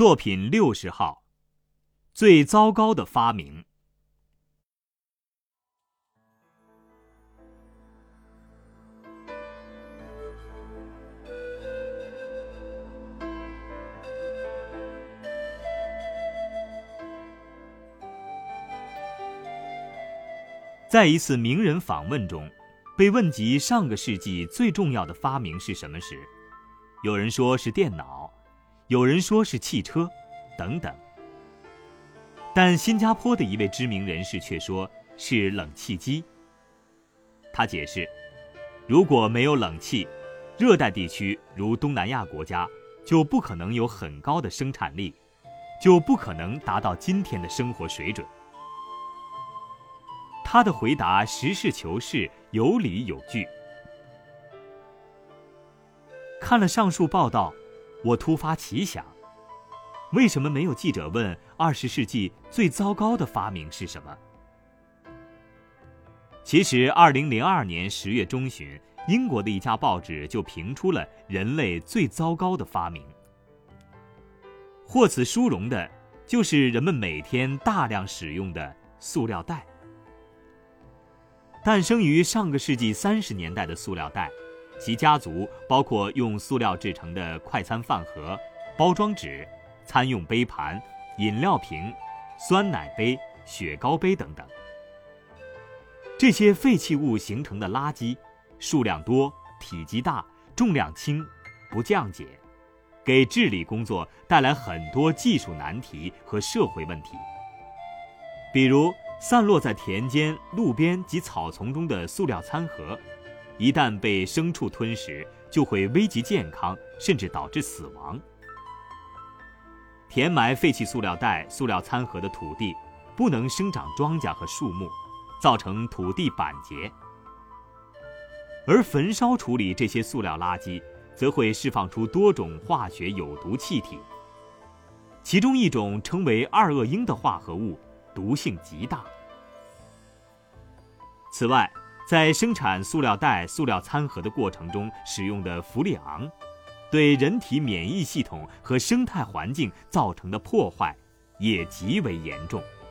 作品60号，最糟糕的发明。在一次名人访问中，被问及上个世纪最重要的发明是什么时，有人说是电脑，有人说是汽车，等等。但新加坡的一位知名人士却说是冷气机。他解释，如果没有冷气，热带地区如东南亚国家就不可能有很高的生产力，就不可能达到今天的生活水准。他的回答实事求是，有理有据。看了上述报道，我突发奇想，为什么没有记者问20世纪最糟糕的发明是什么？其实2002年10月中旬，英国的一家报纸就评出了人类最糟糕的发明。获此殊荣的就是人们每天大量使用的塑料袋。诞生于上个世纪30年代的塑料袋，其家族包括用塑料制成的快餐饭盒、包装纸、餐用杯盘、饮料瓶、酸奶杯、雪糕杯等等。这些废弃物形成的垃圾，数量多、体积大、重量轻，不降解，给治理工作带来很多技术难题和社会问题。比如散落在田间、路边及草丛中的塑料餐盒，一旦被牲畜吞食，就会危及健康，甚至导致死亡。填埋废弃塑料袋、塑料餐盒的土地不能生长庄稼和树木，造成土地板结。而焚烧处理这些塑料垃圾，则会释放出多种化学有毒气体，其中一种称为二恶英的化合物，毒性极大。此外，在生产塑料袋、塑料餐盒的过程中使用的氟利昂，对人体免疫系统和生态环境造成的破坏也极为严重。